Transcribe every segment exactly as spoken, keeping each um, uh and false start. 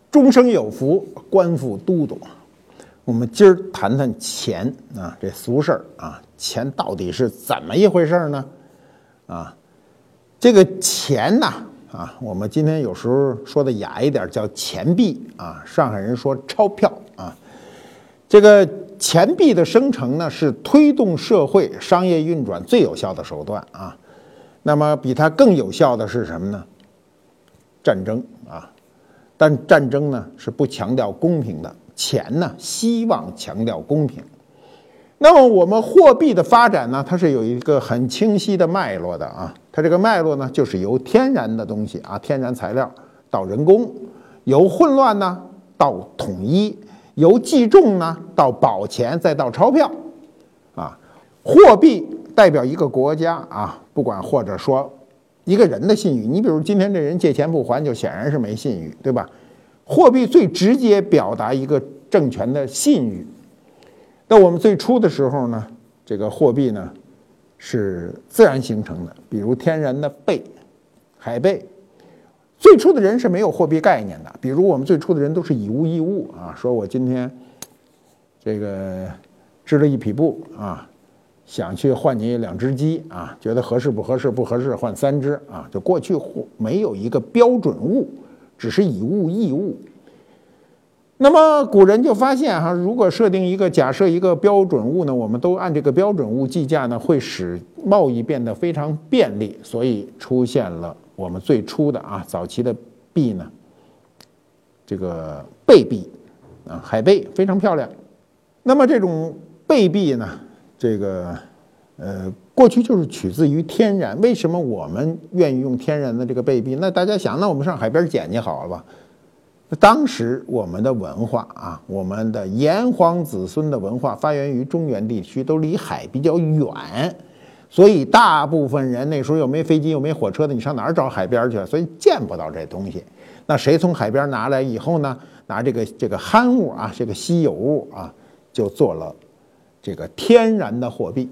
终生有福，官复都督。我们今儿谈谈钱啊，这俗事儿啊，钱到底是怎么一回事呢？啊，这个钱呐，啊，我们今天有时候说的雅一点叫钱币啊，上海人说钞票啊。这个钱币的生成呢，是推动社会商业运转最有效的手段啊。那么比它更有效的是什么呢？战争啊。但战争呢是不强调公平的，钱呢希望强调公平。那么我们货币的发展呢，它是有一个很清晰的脉络的啊。它这个脉络呢，就是由天然的东西啊，天然材料到人工，由混乱呢到统一，由计重呢到保钱，再到钞票啊。货币代表一个国家啊，不管或者说一个人的信誉。你比如今天这人借钱不还，就显然是没信誉，对吧？货币最直接表达一个政权的信誉。那我们最初的时候呢，这个货币呢是自然形成的，比如天然的贝、海贝。最初的人是没有货币概念的，比如我们最初的人都是以物易物啊，说我今天这个织了一匹布啊，想去换你两只鸡啊，觉得合适不合适？不合适换三只啊。就过去没有一个标准物，只是以物易物。那么古人就发现哈，如果设定一个假设一个标准物呢，我们都按这个标准物计价呢，会使贸易变得非常便利，所以出现了我们最初的啊早期的币呢，这个贝币啊，海贝非常漂亮。那么这种贝币呢，这个呃，过去就是取自于天然。为什么我们愿意用天然的这个贝币？那大家想，那我们上海边捡去好了吧？当时我们的文化啊，我们的炎黄子孙的文化发源于中原地区，都离海比较远，所以大部分人那时候又没飞机又没火车的，你上哪儿找海边去？所以见不到这东西。那谁从海边拿来以后呢？拿这个这个憨物啊，这个稀有物啊，就做了这个天然的货币。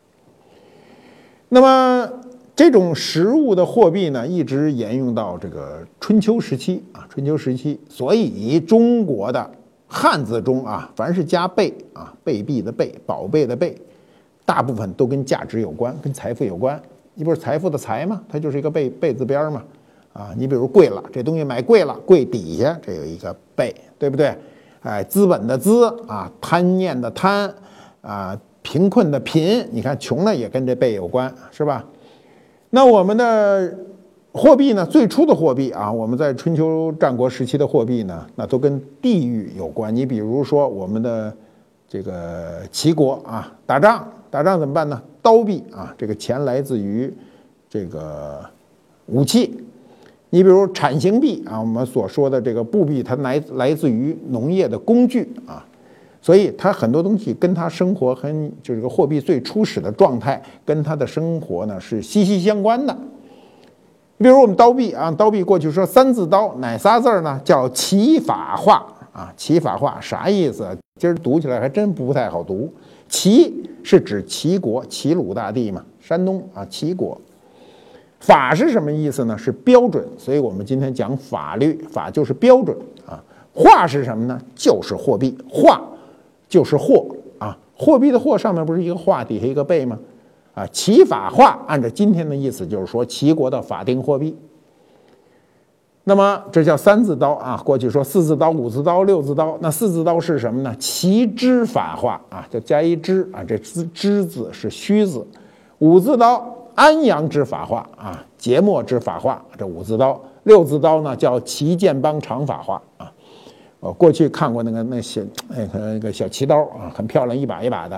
那么这种实物的货币呢，一直沿用到这个春秋时期啊，春秋时期。所以中国的汉字中啊，凡是加贝啊，贝币的贝，宝贝的贝，大部分都跟价值有关，跟财富有关。你不是财富的财吗？它就是一个贝贝字边嘛。啊，你比如贵了，这东西买贵了，贵底下这有一个贝，对不对？哎，资本的资啊，贪念的贪啊，贫困的贫，你看穷了也跟这贝有关，是吧？那我们的货币呢？最初的货币啊，我们在春秋战国时期的货币呢，那都跟地域有关。你比如说我们的这个齐国啊，打仗打仗怎么办呢？刀币啊，这个钱来自于这个武器。你比如产刑币啊，我们所说的这个布币，它来来自于农业的工具啊。所以它很多东西跟它生活和就这个货币最初始的状态跟它的生活呢是息息相关的。比如我们刀币啊，刀币过去说三字刀，哪仨字呢？叫齐法化啊，齐法化啥意思？今儿读起来还真不太好读。齐是指齐国，齐鲁大地嘛，山东啊，齐国。法是什么意思呢？是标准，所以我们今天讲法律，法就是标准啊。化是什么呢？就是货币，化就是货啊，货币的货上面不是一个化，底下一个贝吗？啊，齐法化，按照今天的意思就是说齐国的法定货币。那么这叫三字刀啊，过去说四字刀、五字刀、六字刀，那四字刀是什么呢？齐之法化啊，就加一之啊，这之字是虚字。五字刀安阳之法化啊，节末之法化，这五字刀。六字刀呢叫齐建邦长法化啊。我过去看过那个那小那个那个小齐刀啊，很漂亮，一把一把的。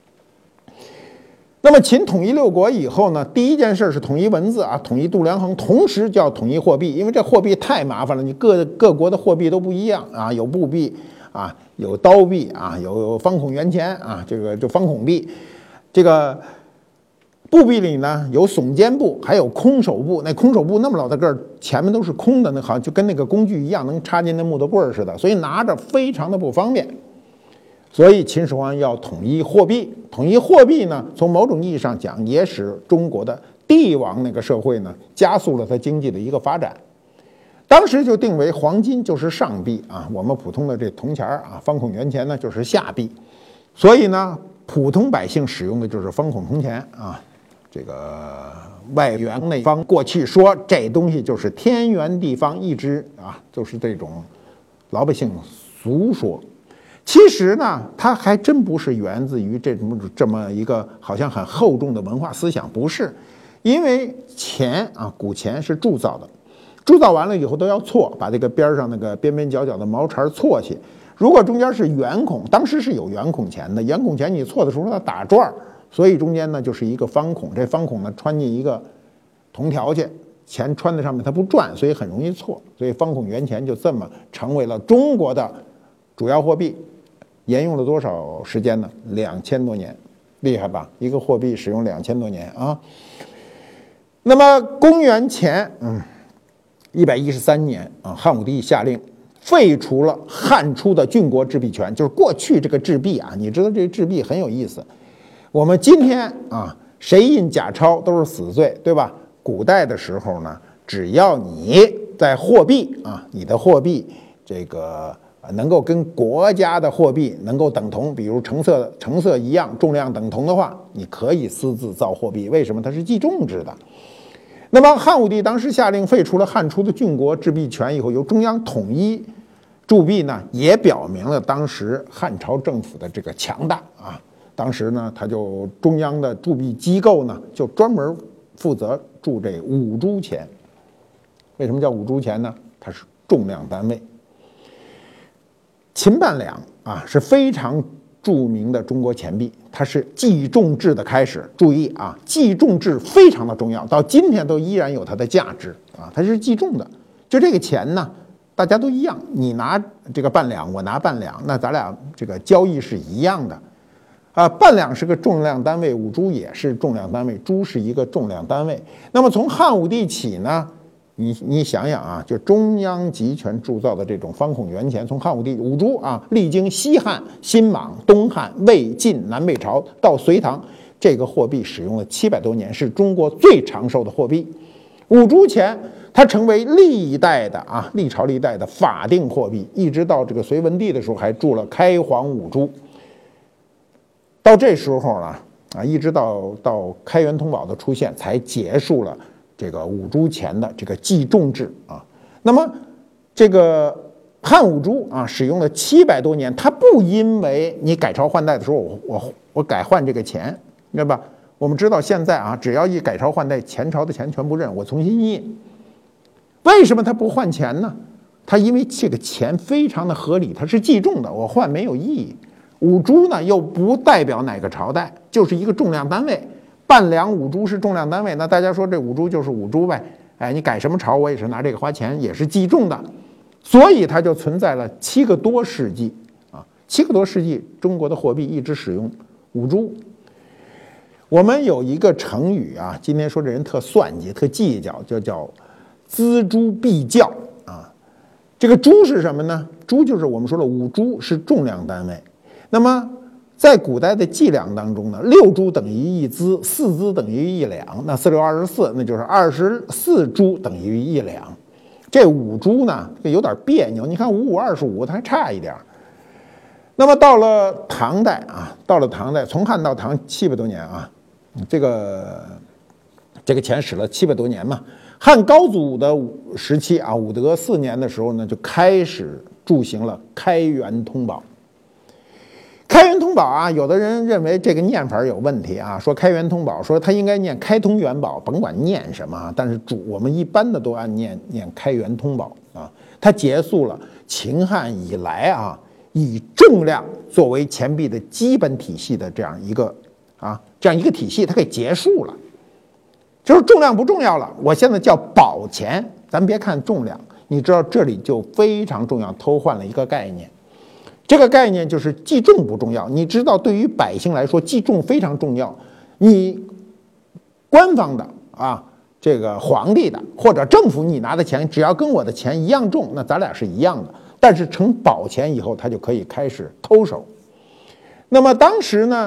那么秦统一六国以后呢，第一件事是统一文字啊，统一度量衡，同时就要统一货币，因为这货币太麻烦了，你各各国的货币都不一样啊，有布币啊，有刀币啊，有方孔圆钱啊，这个就方孔币，这个。布币里呢有耸肩布，还有空手布。那空手布那么老大个儿，前面都是空的，那好像就跟那个工具一样，能插进那木头棍儿似的，所以拿着非常的不方便。所以秦始皇要统一货币，统一货币呢，从某种意义上讲，也使中国的帝王那个社会呢，加速了它经济的一个发展。 当时就定为黄金就是上币啊，我们普通的这铜钱啊，方孔圆钱呢就是下币，所以呢，普通百姓使用的就是方孔铜钱啊。这个外圆内方，过去说这东西就是天圆地方，一直啊就是这种老百姓俗说。其实呢，它还真不是源自于这么这么一个好像很厚重的文化思想，不是，因为钱啊，古钱是铸造的，铸造完了以后都要错，把这个边上那个边边角角的毛茬错去。如果中间是圆孔，当时是有圆孔钱的，圆孔钱你错的时候它打转，所以中间呢就是一个方孔，这方孔呢穿进一个铜条去，钱穿在上面它不转，所以很容易错，所以方孔圆钱就这么成为了中国的主要货币。沿用了多少时间呢？两千多年，厉害吧？一个货币使用两千多年啊。那么公元前嗯一百一十三年啊，汉武帝下令废除了汉初的郡国制币权，就是过去这个制币啊，你知道这个制币很有意思。我们今天啊，谁印假钞都是死罪，对吧？古代的时候呢，只要你在货币啊，你的货币这个。能够跟国家的货币能够等同，比如成色成色一样，重量等同的话，你可以私自造货币。为什么？它是计重制的。那么汉武帝当时下令废除了汉初的郡国制币权以后，由中央统一铸币呢，也表明了当时汉朝政府的这个强大啊。当时呢，他就中央的铸币机构呢，就专门负责铸这五铢钱。为什么叫五铢钱呢？它是重量单位。秦半两啊是非常著名的中国钱币，它是计重制的开始。注意啊，计重制非常的重要，到今天都依然有它的价值啊。它是计重的，就这个钱呢，大家都一样，你拿这个半两，我拿半两，那咱俩这个交易是一样的啊。半两是个重量单位，五铢也是重量单位，铢是一个重量单位。那么从汉武帝起呢？你你想想啊，就中央集权铸造的这种方孔圆钱，从汉武帝五铢啊，历经西汉、新莽、东汉、魏晋、南北朝到隋唐，这个货币使用了七百多年，是中国最长寿的货币。五铢钱它成为历代的啊，历朝历代的法定货币，一直到这个隋文帝的时候还铸了开皇五铢。到这时候呢，啊，一直到到开元通宝的出现，才结束了这个五铢钱的这个计重制啊。那么这个汉五铢啊，使用了七百多年，它不因为你改朝换代的时候，我我我改换这个钱，对吧？我们知道现在啊，只要一改朝换代，前朝的钱全部认，我重新印。为什么它不换钱呢？它因为这个钱非常的合理，它是计重的，我换没有意义。五铢呢又不代表哪个朝代，就是一个重量单位。半两五铢是重量单位，那大家说这五铢就是五铢呗？哎，你改什么朝，我也是拿这个花钱，也是计重的。所以它就存在了七个多世纪啊，七个多世纪，中国的货币一直使用五铢。我们有一个成语啊，今天说这人特算计、特计较，就叫锱铢必较啊。这个铢是什么呢？铢就是我们说的五铢是重量单位。那么在古代的计量当中呢，六铢等于一锱，四锱等于一两，那四六二十四，那就是二十四铢等于一两。这五铢呢，有点别扭。你看五五二十五，它还差一点。那么到了唐代啊，到了唐代，从汉到唐七百多年啊，这个这个钱使了七百多年嘛。汉高祖的时期啊，武德四年的时候呢，就开始铸行了开元通宝。开元通宝啊，有的人认为这个念法有问题啊，说开元通宝，说它应该念开通元宝，甭管念什么，但是主我们一般的都按念念开元通宝啊。它结束了秦汉以来啊，以重量作为钱币的基本体系的这样一个啊这样一个体系，它给结束了，就是重量不重要了。我现在叫宝钱，咱别看重量，你知道这里就非常重要，偷换了一个概念。这个概念就是计重不重要，你知道对于百姓来说计重非常重要。你官方的啊，这个皇帝的或者政府你拿的钱，只要跟我的钱一样重，那咱俩是一样的。但是成宝钱以后，他就可以开始偷手。那么当时呢，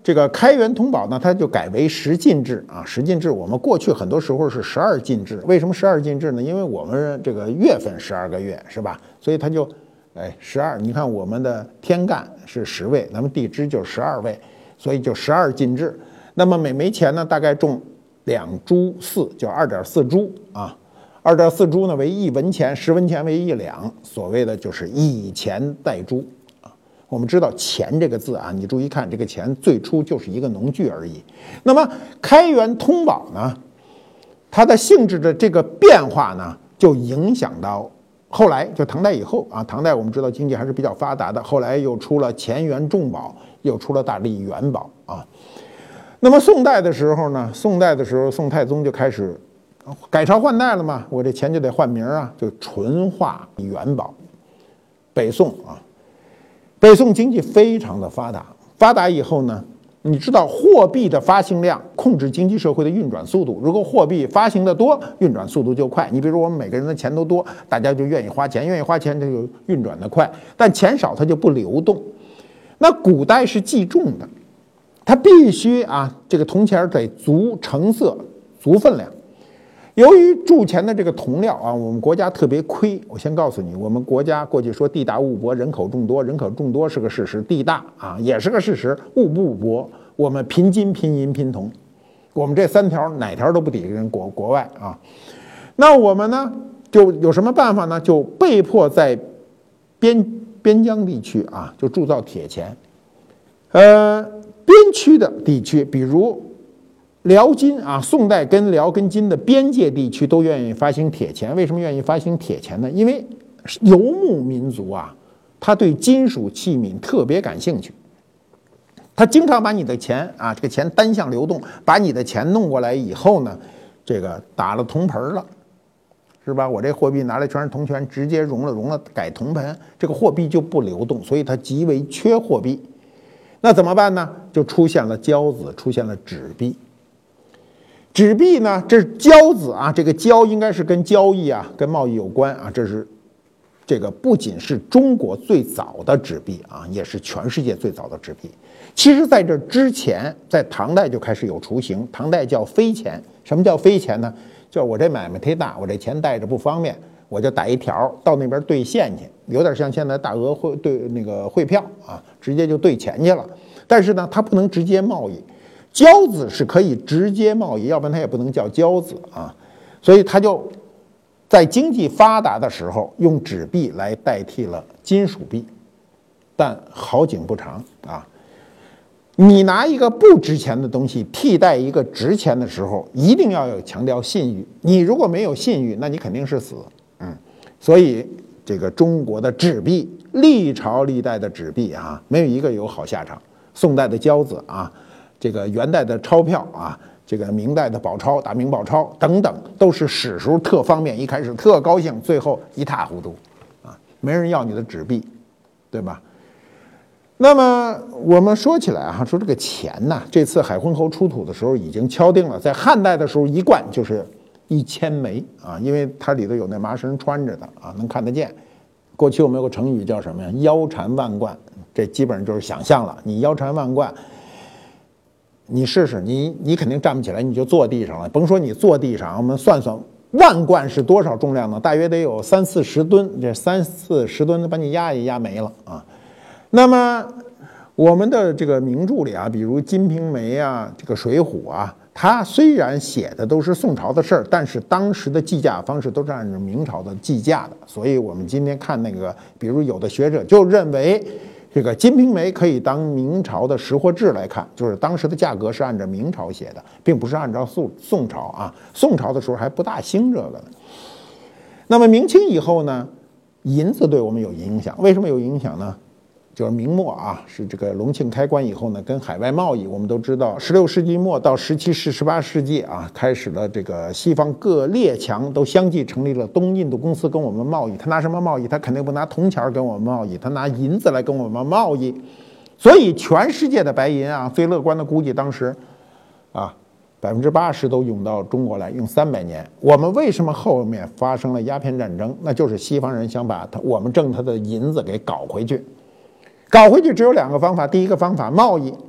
这个开元通宝呢，它就改为十进制啊。十进制，我们过去很多时候是十二进制。为什么十二进制呢？因为我们这个月份十二个月，是吧？所以它就，哎，十二。你看我们的天干是十位，咱们地支就十二位，所以就十二进制。那么每枚钱呢，大概重两铢四，就二点四铢啊。二点四铢呢为一文钱，十文钱为一两，所谓的就是以钱代铢。我们知道钱这个字啊，你注意看，这个钱最初就是一个农具而已。那么开元通宝呢，它的性质的这个变化呢，就影响到后来，就唐代以后啊，唐代我们知道经济还是比较发达的，后来又出了钱元重宝，又出了大力元宝啊。那么宋代的时候呢，宋代的时候，宋太宗就开始改朝换代了嘛，我这钱就得换名啊，就纯化元宝。北宋啊。北宋经济非常的发达，发达以后呢，你知道货币的发行量控制经济社会的运转速度。如果货币发行的多，运转速度就快。你比如我们每个人的钱都多，大家就愿意花钱，愿意花钱，这就运转的快。但钱少，它就不流动。那古代是计重的，它必须啊，这个铜钱得足成色，足分量。由于铸钱的这个铜料啊，我们国家特别亏。我先告诉你，我们国家过去说地大物博，人口众多，人口众多是个事实，地大啊也是个事实，物不博，我们贫金、贫银、贫铜，我们这三条哪条都不抵人国国外啊。那我们呢，就有什么办法呢？就被迫在边边疆地区啊，就铸造铁钱。呃，边区的地区，比如辽金啊，宋代跟辽跟金的边界地区都愿意发行铁钱。为什么愿意发行铁钱呢？因为游牧民族啊，他对金属器皿特别感兴趣。他经常把你的钱啊，这个钱单向流动，把你的钱弄过来以后呢，这个打了铜盆了，是吧？我这货币拿来全是铜钱，直接融了融了改铜盆，这个货币就不流动，所以它极为缺货币。那怎么办呢？就出现了交子，出现了纸币。纸币呢，这是交子啊，这个交应该是跟交易啊、跟贸易有关啊。这是这个不仅是中国最早的纸币啊，也是全世界最早的纸币。其实，在这之前，在唐代就开始有雏形。唐代叫飞钱。什么叫飞钱呢？就是我这买卖忒大，我这钱带着不方便，我就打一条到那边兑现去，有点像现在大额汇兑那个汇票啊，直接就兑钱去了。但是呢，它不能直接贸易。交子是可以直接贸易，要不然它也不能叫交子啊。所以它就在经济发达的时候，用纸币来代替了金属币。但好景不长啊！你拿一个不值钱的东西替代一个值钱的时候，一定要有强调信誉。你如果没有信誉，那你肯定是死。嗯，所以这个中国的纸币，历朝历代的纸币啊，没有一个有好下场。宋代的交子啊，这个元代的钞票啊，这个明代的宝钞、大明宝钞等等，都是史书特方便，一开始特高兴，最后一塌糊涂啊，没人要你的纸币，对吧？那么我们说起来啊，说这个钱呢，这次海昏侯出土的时候已经敲定了，在汉代的时候一贯就是一千枚啊，因为它里头有那麻绳穿着的啊，能看得见。过去我们有个成语叫什么呀？腰缠万贯，这基本上就是想象了。你腰缠万贯，你试试，你你肯定站不起来，你就坐地上了。甭说你坐地上，我们算算，万贯是多少重量呢？大约得有三四十吨，这三四十吨把你压也压没了啊。那么我们的这个名著里啊，比如《金瓶梅》啊，这个《水浒》啊，它虽然写的都是宋朝的事儿，但是当时的计价方式都是按照明朝的计价的。所以我们今天看那个，比如有的学者就认为，这个《金瓶梅》可以当明朝的识货志来看，就是当时的价格是按照明朝写的，并不是按照宋宋朝啊。宋朝的时候还不大兴这个呢。那么明清以后呢，银子对我们有影响，为什么有影响呢？就是明末啊，是这个隆庆开关以后呢，跟海外贸易，我们都知道，十六世纪末到十七世、十八世纪啊，开始了这个西方各列强都相继成立了东印度公司跟我们贸易。他拿什么贸易？他肯定不拿铜钱跟我们贸易，他拿银子来跟我们贸易。所以全世界的白银啊，最乐观的估计当时啊，百分之八十都涌到中国来，用三百年。我们为什么后面发生了鸦片战争？那就是西方人想把他我们挣他的银子给搞回去。搞回去只有两个方法，第一个方法贸易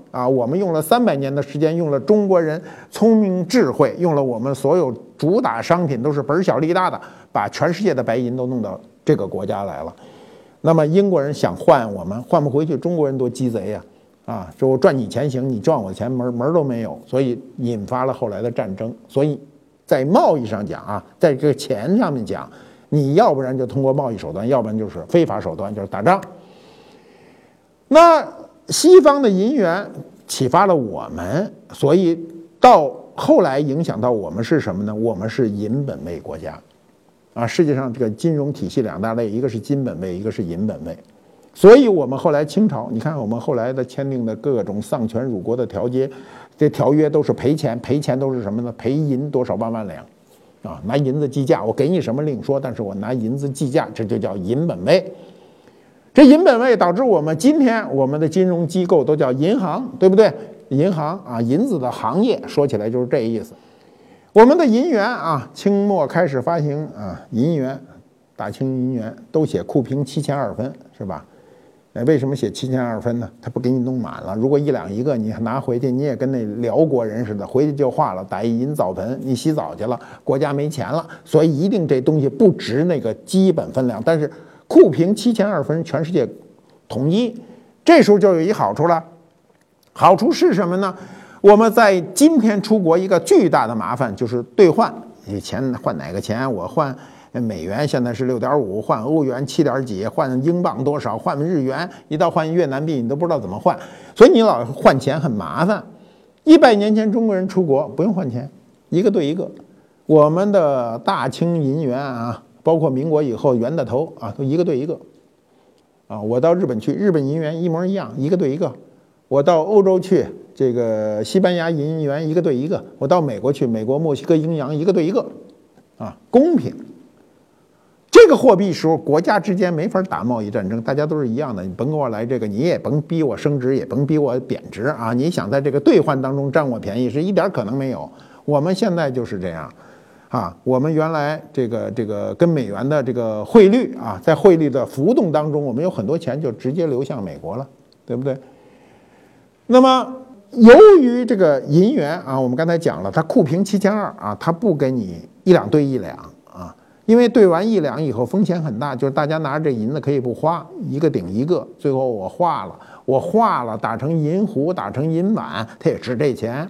啊，我们用了三百年的时间，用了中国人聪明智慧，用了我们所有主打商品都是本小利大的，把全世界的白银都弄到这个国家来了。那么英国人想换我们，换不回去，中国人多鸡贼呀！啊，说我赚你钱行，你赚我的钱门门都没有，所以引发了后来的战争。所以在贸易上讲啊，在这个钱上面讲，你要不然就通过贸易手段，要不然就是非法手段，就是打仗。那西方的银元启发了我们，所以到后来影响到我们是什么呢？我们是银本位国家，啊，世界上这个金融体系两大类，一个是金本位，一个是银本位。所以我们后来清朝，你看我们后来的签订的各种丧权辱国的条约，这条约都是赔钱，赔钱都是什么呢？赔银多少万万两，啊，拿银子计价，我给你什么另说，但是我拿银子计价，这就叫银本位。这银本位导致我们今天我们的金融机构都叫银行，对不对？银行啊，银子的行业，说起来就是这意思。我们的银元啊，清末开始发行啊，银元，大清银元都写库平七千二分，是吧？哎，为什么写七千二分呢？他不给你弄满了。如果一两一个，你拿回去，你也跟那辽国人似的，回去就化了，打一银澡盆，你洗澡去了，国家没钱了，所以一定这东西不值那个基本分量。但是库平七千二分，全世界统一，这时候就有一好处了。好处是什么呢？我们在今天出国一个巨大的麻烦就是兑换，你钱换哪个钱？我换美元现在是六点五，换欧元七点几，换英镑多少？换日元，一到换越南币，你都不知道怎么换，所以你老换钱很麻烦。一百年前中国人出国不用换钱，一个兑一个。我们的大清银元啊，包括民国以后元的头啊，都一个兑一个。啊，我到日本去，日本银元一模一样，一个兑一个。我到欧洲去，这个西班牙银元一个兑一个；我到美国去，美国、墨西哥英洋一个兑一个，啊，公平。这个货币时候，国家之间没法打贸易战争，大家都是一样的。你甭跟我来这个，你也甭逼我升值，也甭逼我贬值啊！你想在这个兑换当中占我便宜，是一点可能没有。我们现在就是这样，啊，我们原来这个这个跟美元的这个汇率啊，在汇率的浮动当中，我们有很多钱就直接流向美国了，对不对？那么，由于这个银元啊，我们刚才讲了，它库平七千二啊，它不给你一两兑一两啊，因为兑完一两以后风险很大，就是大家拿着这银子可以不花，一个顶一个，最后我化了，我化了，打成银壶，打成银碗，它也值这钱。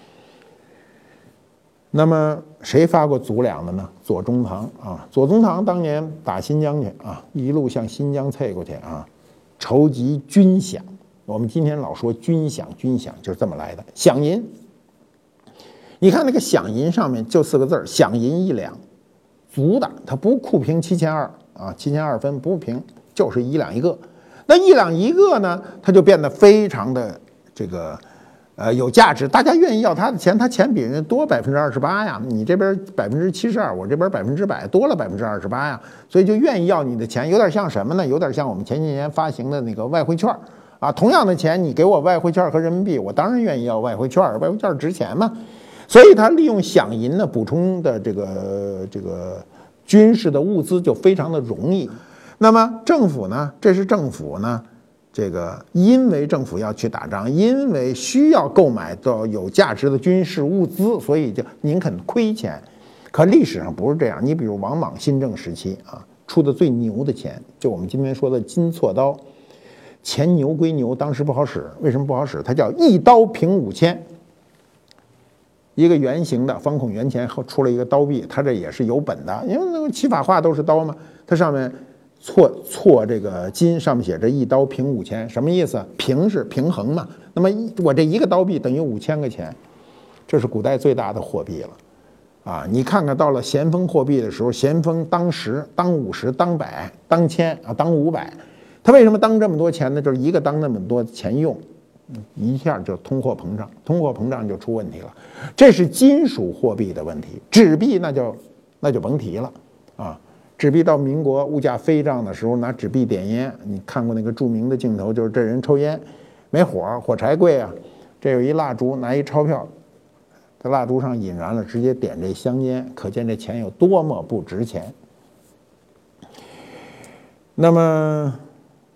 那么谁发过足粮的呢？左宗棠啊，左宗棠当年打新疆去啊，一路向新疆退过去啊，筹集军饷。我们今天老说军饷，军饷就是这么来的。饷银，你看那个饷银上面就四个字儿，饷银一两，足的，它不库平七千二啊，七千二分不平，就是一两一个。那一两一个呢，它就变得非常的这个呃有价值，大家愿意要他的钱，他钱比人多百分之二十八呀，你这边百分之七十二，我这边百分之百，多了百分之二十八呀，所以就愿意要你的钱，有点像什么呢？有点像我们前几年发行的那个外汇券。啊，同样的钱，你给我外汇券和人民币，我当然愿意要外汇券，外汇券值钱嘛。所以他利用饷银呢补充的这个这个军事的物资就非常的容易。那么政府呢，这是政府呢，这个因为政府要去打仗，因为需要购买到有价值的军事物资，所以就宁肯亏钱。可历史上不是这样，你比如王莽新政时期啊，出的最牛的钱，就我们今天说的金锉刀。钱牛归牛，当时不好使，为什么不好使？它叫一刀平五千，一个圆形的方孔圆钱后出了一个刀币，它这也是有本的，因为那个七法画都是刀嘛，它上面错错这个金，上面写着一刀平五千，什么意思？平是平衡嘛，那么我这一个刀币等于五千个钱，这是古代最大的货币了。啊，你看看到了咸丰货币的时候，咸丰当十、当五十、当百、当千啊，当五百。他为什么当这么多钱呢？就是一个当那么多钱用，一下就通货膨胀，通货膨胀就出问题了。这是金属货币的问题，纸币那就那就甭提了啊！纸币到民国物价飞涨的时候，拿纸币点烟，你看过那个著名的镜头，就是这人抽烟没火，火柴贵啊，这有一蜡烛，拿一钞票，在蜡烛上引燃了，直接点这香烟，可见这钱有多么不值钱。那么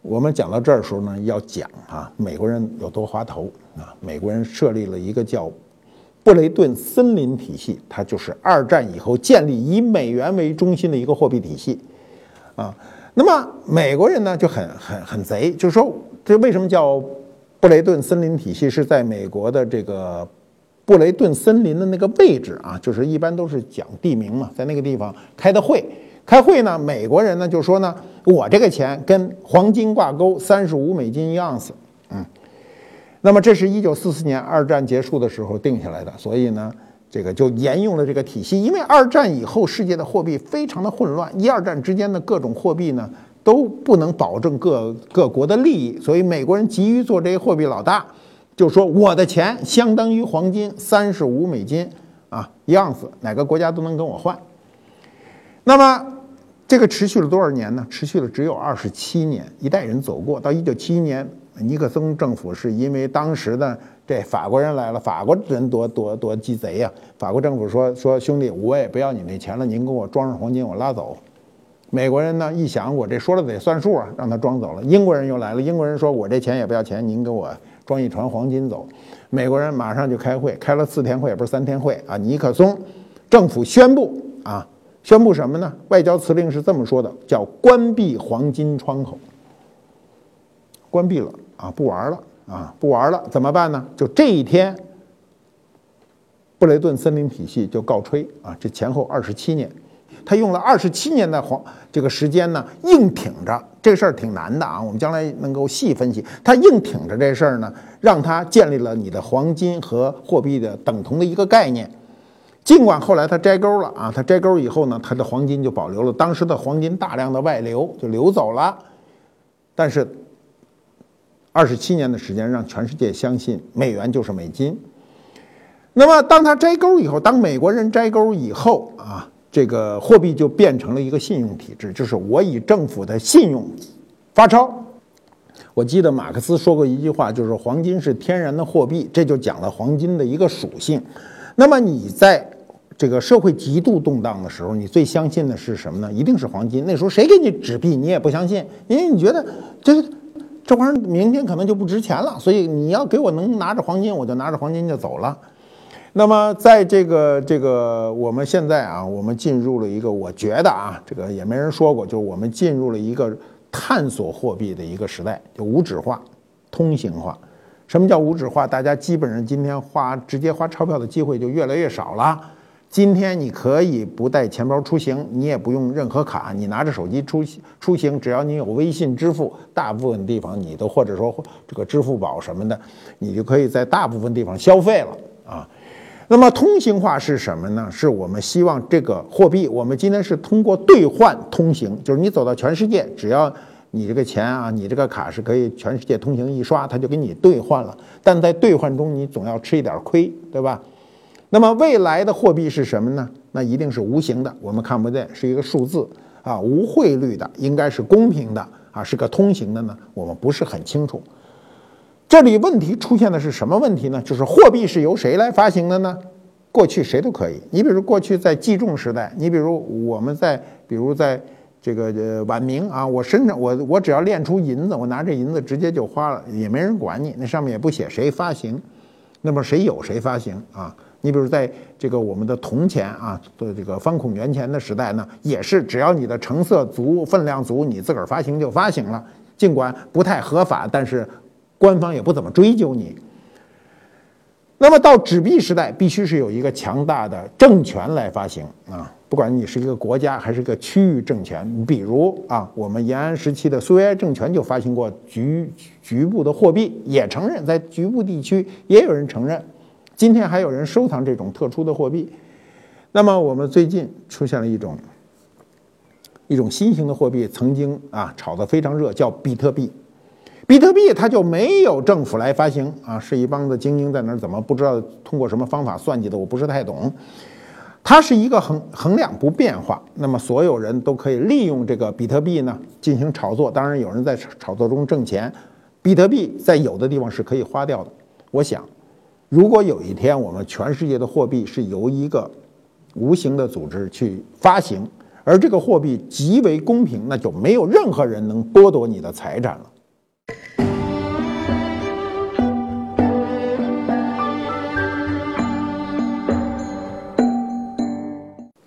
我们讲到这儿的时候呢，要讲啊，美国人有多滑头啊！美国人设立了一个叫布雷顿森林体系，它就是二战以后建立以美元为中心的一个货币体系啊。那么美国人呢就很很很贼，就是说这为什么叫布雷顿森林体系？是在美国的这个布雷顿森林的那个位置啊，就是一般都是讲地名嘛，在那个地方开的会。开会呢，美国人呢就说呢，我这个钱跟黄金挂钩，三十五美金一盎司，嗯，那么这是一九四四年二战结束的时候定下来的，所以呢，这个就沿用了这个体系。因为二战以后世界的货币非常的混乱，一二战之间的各种货币呢都不能保证各各国的利益，所以美国人急于做这些货币老大，就说我的钱相当于黄金三十五美金啊一盎司，哪个国家都能跟我换。那么这个持续了多少年呢？持续了只有二十七年，一代人走过。到一九七一年，尼克松政府是因为当时的这法国人来了，法国人多多多鸡贼呀、啊！法国政府说说兄弟，我也不要你那钱了，您给我装上黄金，我拉走。美国人呢一想，我这说了得算数啊，让他装走了。英国人又来了，英国人说我这钱也不要钱，您给我装一船黄金走。美国人马上就开会，开了四天会，也不是三天会啊。尼克松政府宣布啊。宣布什么呢？外交辞令是这么说的，叫关闭黄金窗口。关闭了啊，不玩了啊，不玩了，怎么办呢？就这一天，布雷顿森林体系就告吹啊。这前后二十七年，他用了二十七年的黄这个时间呢，硬挺着这事儿挺难的啊。我们将来能够细分析，他硬挺着这事儿呢，让他建立了你的黄金和货币的等同的一个概念。尽管后来他摘钩了啊，他摘钩以后呢，他的黄金就保留了，当时的黄金大量的外流就流走了，但是二十七年的时间让全世界相信美元就是美金。那么当他摘钩以后，当美国人摘钩以后啊，这个货币就变成了一个信用体制，就是我以政府的信用发钞。我记得马克思说过一句话，就是黄金是天然的货币，这就讲了黄金的一个属性。那么你在这个社会极度动荡的时候，你最相信的是什么呢？一定是黄金。那时候谁给你纸币，你也不相信，因为你觉得这这玩意儿明天可能就不值钱了，所以你要给我能拿着黄金，我就拿着黄金就走了。那么在这个这个我们现在啊，我们进入了一个，我觉得啊，这个也没人说过，就是我们进入了一个探索货币的一个时代，就无纸化、通行化。什么叫无纸化？大家基本上今天花直接花钞票的机会就越来越少了。今天你可以不带钱包出行，你也不用任何卡，你拿着手机出出行，只要你有微信支付，大部分地方你都或者说这个支付宝什么的，你就可以在大部分地方消费了啊。那么通行化是什么呢？是我们希望这个货币，我们今天是通过兑换通行，就是你走到全世界，只要你这个钱啊，你这个卡是可以全世界通行一刷，它就给你兑换了。但在兑换中，你总要吃一点亏，对吧？那么未来的货币是什么呢？那一定是无形的，我们看不见，是一个数字啊，无汇率的，应该是公平的啊，是个通行的呢，我们不是很清楚。这里问题出现的是什么问题呢？就是货币是由谁来发行的呢？过去谁都可以，你比如过去在计重时代，你比如我们在，比如在这个呃晚明啊，我身上我我只要炼出银子，我拿这银子直接就花了，也没人管你，那上面也不写谁发行，那么谁有谁发行啊？你比如在这个我们的铜钱啊，的这个方孔元钱的时代呢，也是只要你的成色足、分量足，你自个儿发行就发行了，尽管不太合法，但是官方也不怎么追究你。那么到纸币时代，必须是有一个强大的政权来发行啊，不管你是一个国家还是一个区域政权。比如啊，我们延安时期的苏维埃政权就发行过局局部的货币，也承认在局部地区也有人承认。今天还有人收藏这种特殊的货币。那么我们最近出现了一种一种新型的货币，曾经啊炒得非常热，叫比特币。比特币它就没有政府来发行啊，是一帮子精英在那儿怎么不知道通过什么方法算计的，我不是太懂。它是一个衡衡量不变化，那么所有人都可以利用这个比特币呢进行炒作，当然有人在炒作中挣钱。比特币在有的地方是可以花掉的。我想如果有一天我们全世界的货币是由一个无形的组织去发行，而这个货币极为公平，那就没有任何人能剥夺你的财产了。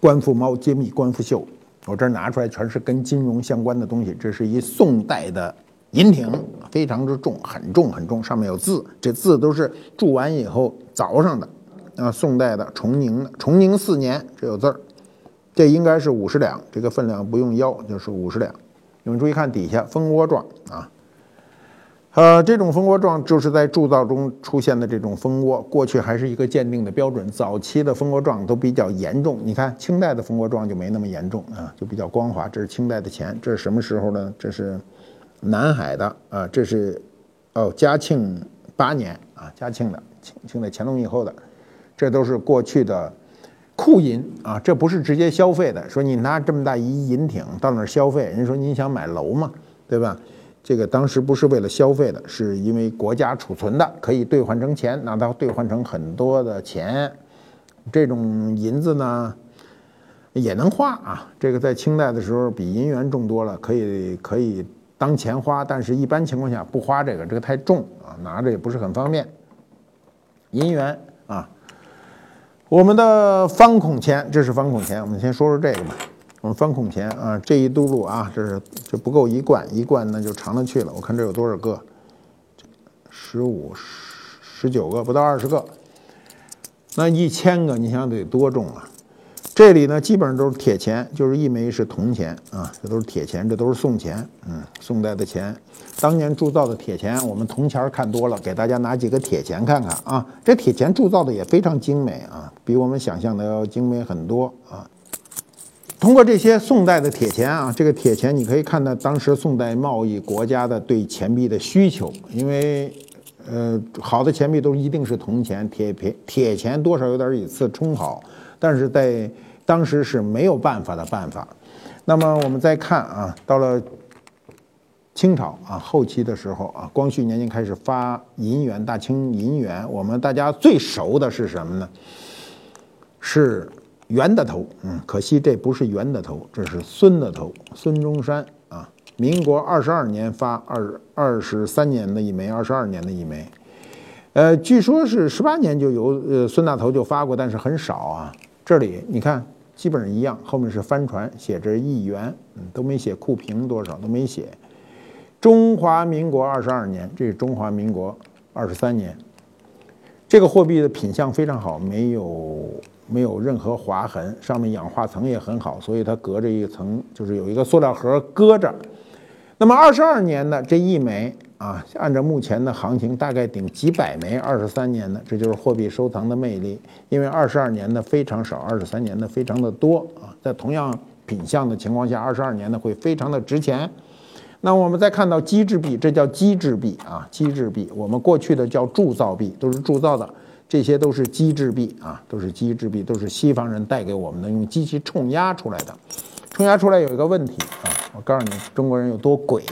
官复猫揭秘官复秀，我这儿拿出来全是跟金融相关的东西。这是一宋代的银艇，非常之重，很重很重，上面有字，这字都是铸完以后凿上的啊。宋代的崇宁的，崇宁四年，这有字儿，这应该是五十两，这个分量不用腰，就是五十两。你们注意看底下蜂窝状啊。呃，这种蜂窝状就是在铸造中出现的这种蜂窝，过去还是一个鉴定的标准。早期的蜂窝状都比较严重，你看清代的蜂窝状就没那么严重啊，就比较光滑。这是清代的钱，这是什么时候呢？这是南海的啊，这是哦嘉庆八年啊，嘉庆的，清清代乾隆以后的，这都是过去的库银啊，这不是直接消费的。说你拿这么大一银艇到那儿消费，人说您想买楼嘛，对吧？这个当时不是为了消费的，是因为国家储存的，可以兑换成钱，拿它兑换成很多的钱。这种银子呢也能花啊，这个在清代的时候比银元重多了，可以可以当钱花，但是一般情况下不花这个，这个太重啊，拿着也不是很方便。银元啊，我们的方孔钱，这是方孔钱，我们先说说这个吧。我们方孔钱啊，这一嘟噜啊，这是这不够一贯，一贯呢就长了去了。我看这有多少个？十五、十九个，不到二十个。那一千个，你想想得多重啊？这里呢，基本上都是铁钱，就是一枚是铜钱啊，这都是铁钱，这都是宋钱。嗯，宋代的钱，当年铸造的铁钱，我们铜钱看多了，给大家拿几个铁钱看看啊。这铁钱铸造的也非常精美啊，比我们想象的要精美很多啊。通过这些宋代的铁钱啊，这个铁钱你可以看到当时宋代贸易国家的对钱币的需求，因为呃好的钱币都一定是铜钱，铁铁铁钱多少有点以次充好，但是在当时是没有办法的办法。那么我们再看啊，到了清朝啊后期的时候啊，光绪年间开始发银元，大清银元，我们大家最熟的是什么呢？是元的头，嗯，可惜这不是元的头，这是孙的头，孙中山啊。民国二十二年发二二十三年的一枚，二十二年的一枚，呃，据说是十八年就有呃孙大头就发过，但是很少啊。这里你看，基本上一样，后面是帆船，写着一元，嗯，都没写库平多少，都没写。中华民国二十二年，这是中华民国二十三年，这个货币的品相非常好，没有。没有任何划痕，上面氧化层也很好，所以它隔着一层，就是有一个塑料盒搁着。那么二十二年的这一枚啊，按照目前的行情，大概顶几百枚。二十三年的，这就是货币收藏的魅力，因为二十二年的非常少，二十三年的非常的多啊。在同样品相的情况下，二十二年的会非常的值钱。那我们再看到机制币，这叫机制币啊，机制币，我们过去的叫铸造币，都是铸造的。这些都是机制币啊，都是机制币，都是西方人带给我们的，用机器冲压出来的。冲压出来有一个问题啊，我告诉你，中国人有多诡。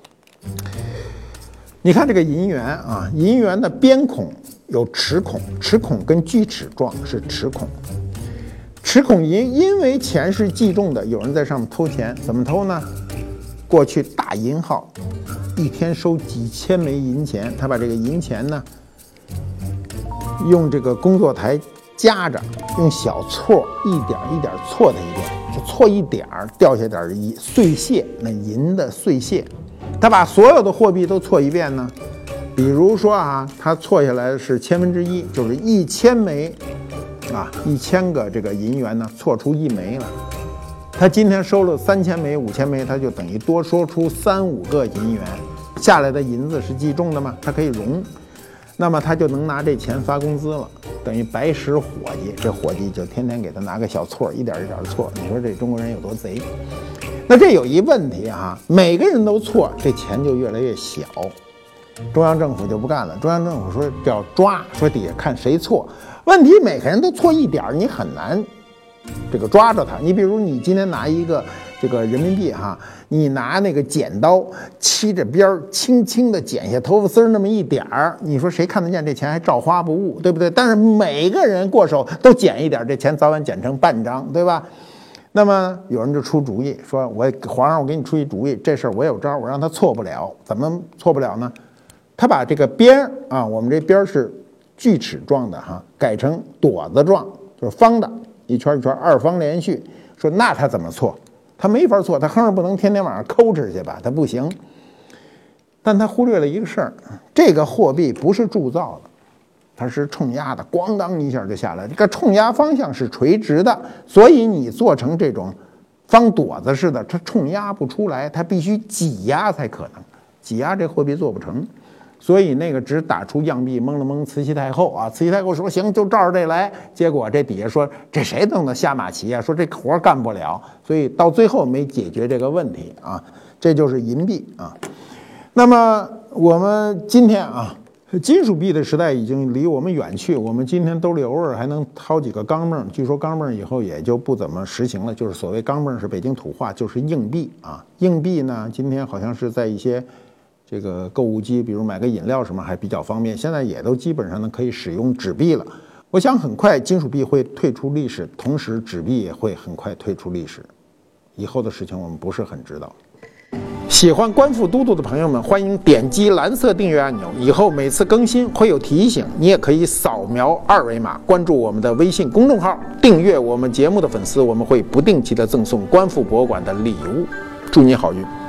你看这个银元啊，银元的边孔有齿孔，齿孔跟锯齿状是齿孔。齿孔银，因为钱是计重的，有人在上面偷钱，怎么偷呢？过去大银号一天收几千枚银钱，他把这个银钱呢。用这个工作台夹着，用小锉一点一点锉它一遍，就锉一点儿，掉下点银碎屑，那银的碎屑，他把所有的货币都锉一遍呢。比如说啊，他锉下来的是千分之一，就是一千枚啊，一千个这个银元呢，锉出一枚了。他今天收了三千枚、五千枚，他就等于多说出三五个银元下来的银子是计重的嘛，它可以融。那么他就能拿这钱发工资了，等于白使伙计，这伙计就天天给他拿个小锉，一点一点锉。你说这中国人有多贼？那这有一问题啊，每个人都锉，这钱就越来越小。中央政府就不干了，中央政府说要抓，说底下看谁锉。问题每个人都锉一点，你很难这个抓着他。你比如你今天拿一个这个人民币哈，你拿那个剪刀漆着边儿，轻轻的剪下头发丝儿那么一点儿，你说谁看得见？这钱还照花不误，对不对？但是每个人过手都剪一点，这钱早晚剪成半张，对吧？那么有人就出主意，说我皇上，我给你出一主意，这事儿我有招，我让他错不了。怎么错不了呢？他把这个边儿啊，我们这边是锯齿状的哈，改成垛子状，就是方的一圈一圈二方连续。说那他怎么错？他没法错，他哼不能天天晚上抠哧去吧，他不行。但他忽略了一个事儿，这个货币不是铸造的，它是冲压的，咣当一下就下来。这个冲压方向是垂直的，所以你做成这种方垛子似的，它冲压不出来，它必须挤压才可能。挤压这货币做不成，所以那个只打出样币蒙了蒙慈禧太后啊，慈禧太后说行，就照着这来。结果这底下说这谁弄的下马棋啊？说这活干不了，所以到最后没解决这个问题啊。这就是银币啊。那么我们今天啊，金属币的时代已经离我们远去，我们今天兜里偶尔还能掏几个钢镚，据说钢镚以后也就不怎么实行了，就是所谓钢镚是北京土话，就是硬币啊。硬币呢，今天好像是在一些这个购物机，比如买个饮料什么还比较方便，现在也都基本上呢可以使用纸币了。我想很快金属币会退出历史，同时纸币也会很快退出历史，以后的事情我们不是很知道。喜欢观复都督的朋友们，欢迎点击蓝色订阅按钮，以后每次更新会有提醒。你也可以扫描二维码关注我们的微信公众号，订阅我们节目的粉丝，我们会不定期的赠送观复博物馆的礼物。祝你好运。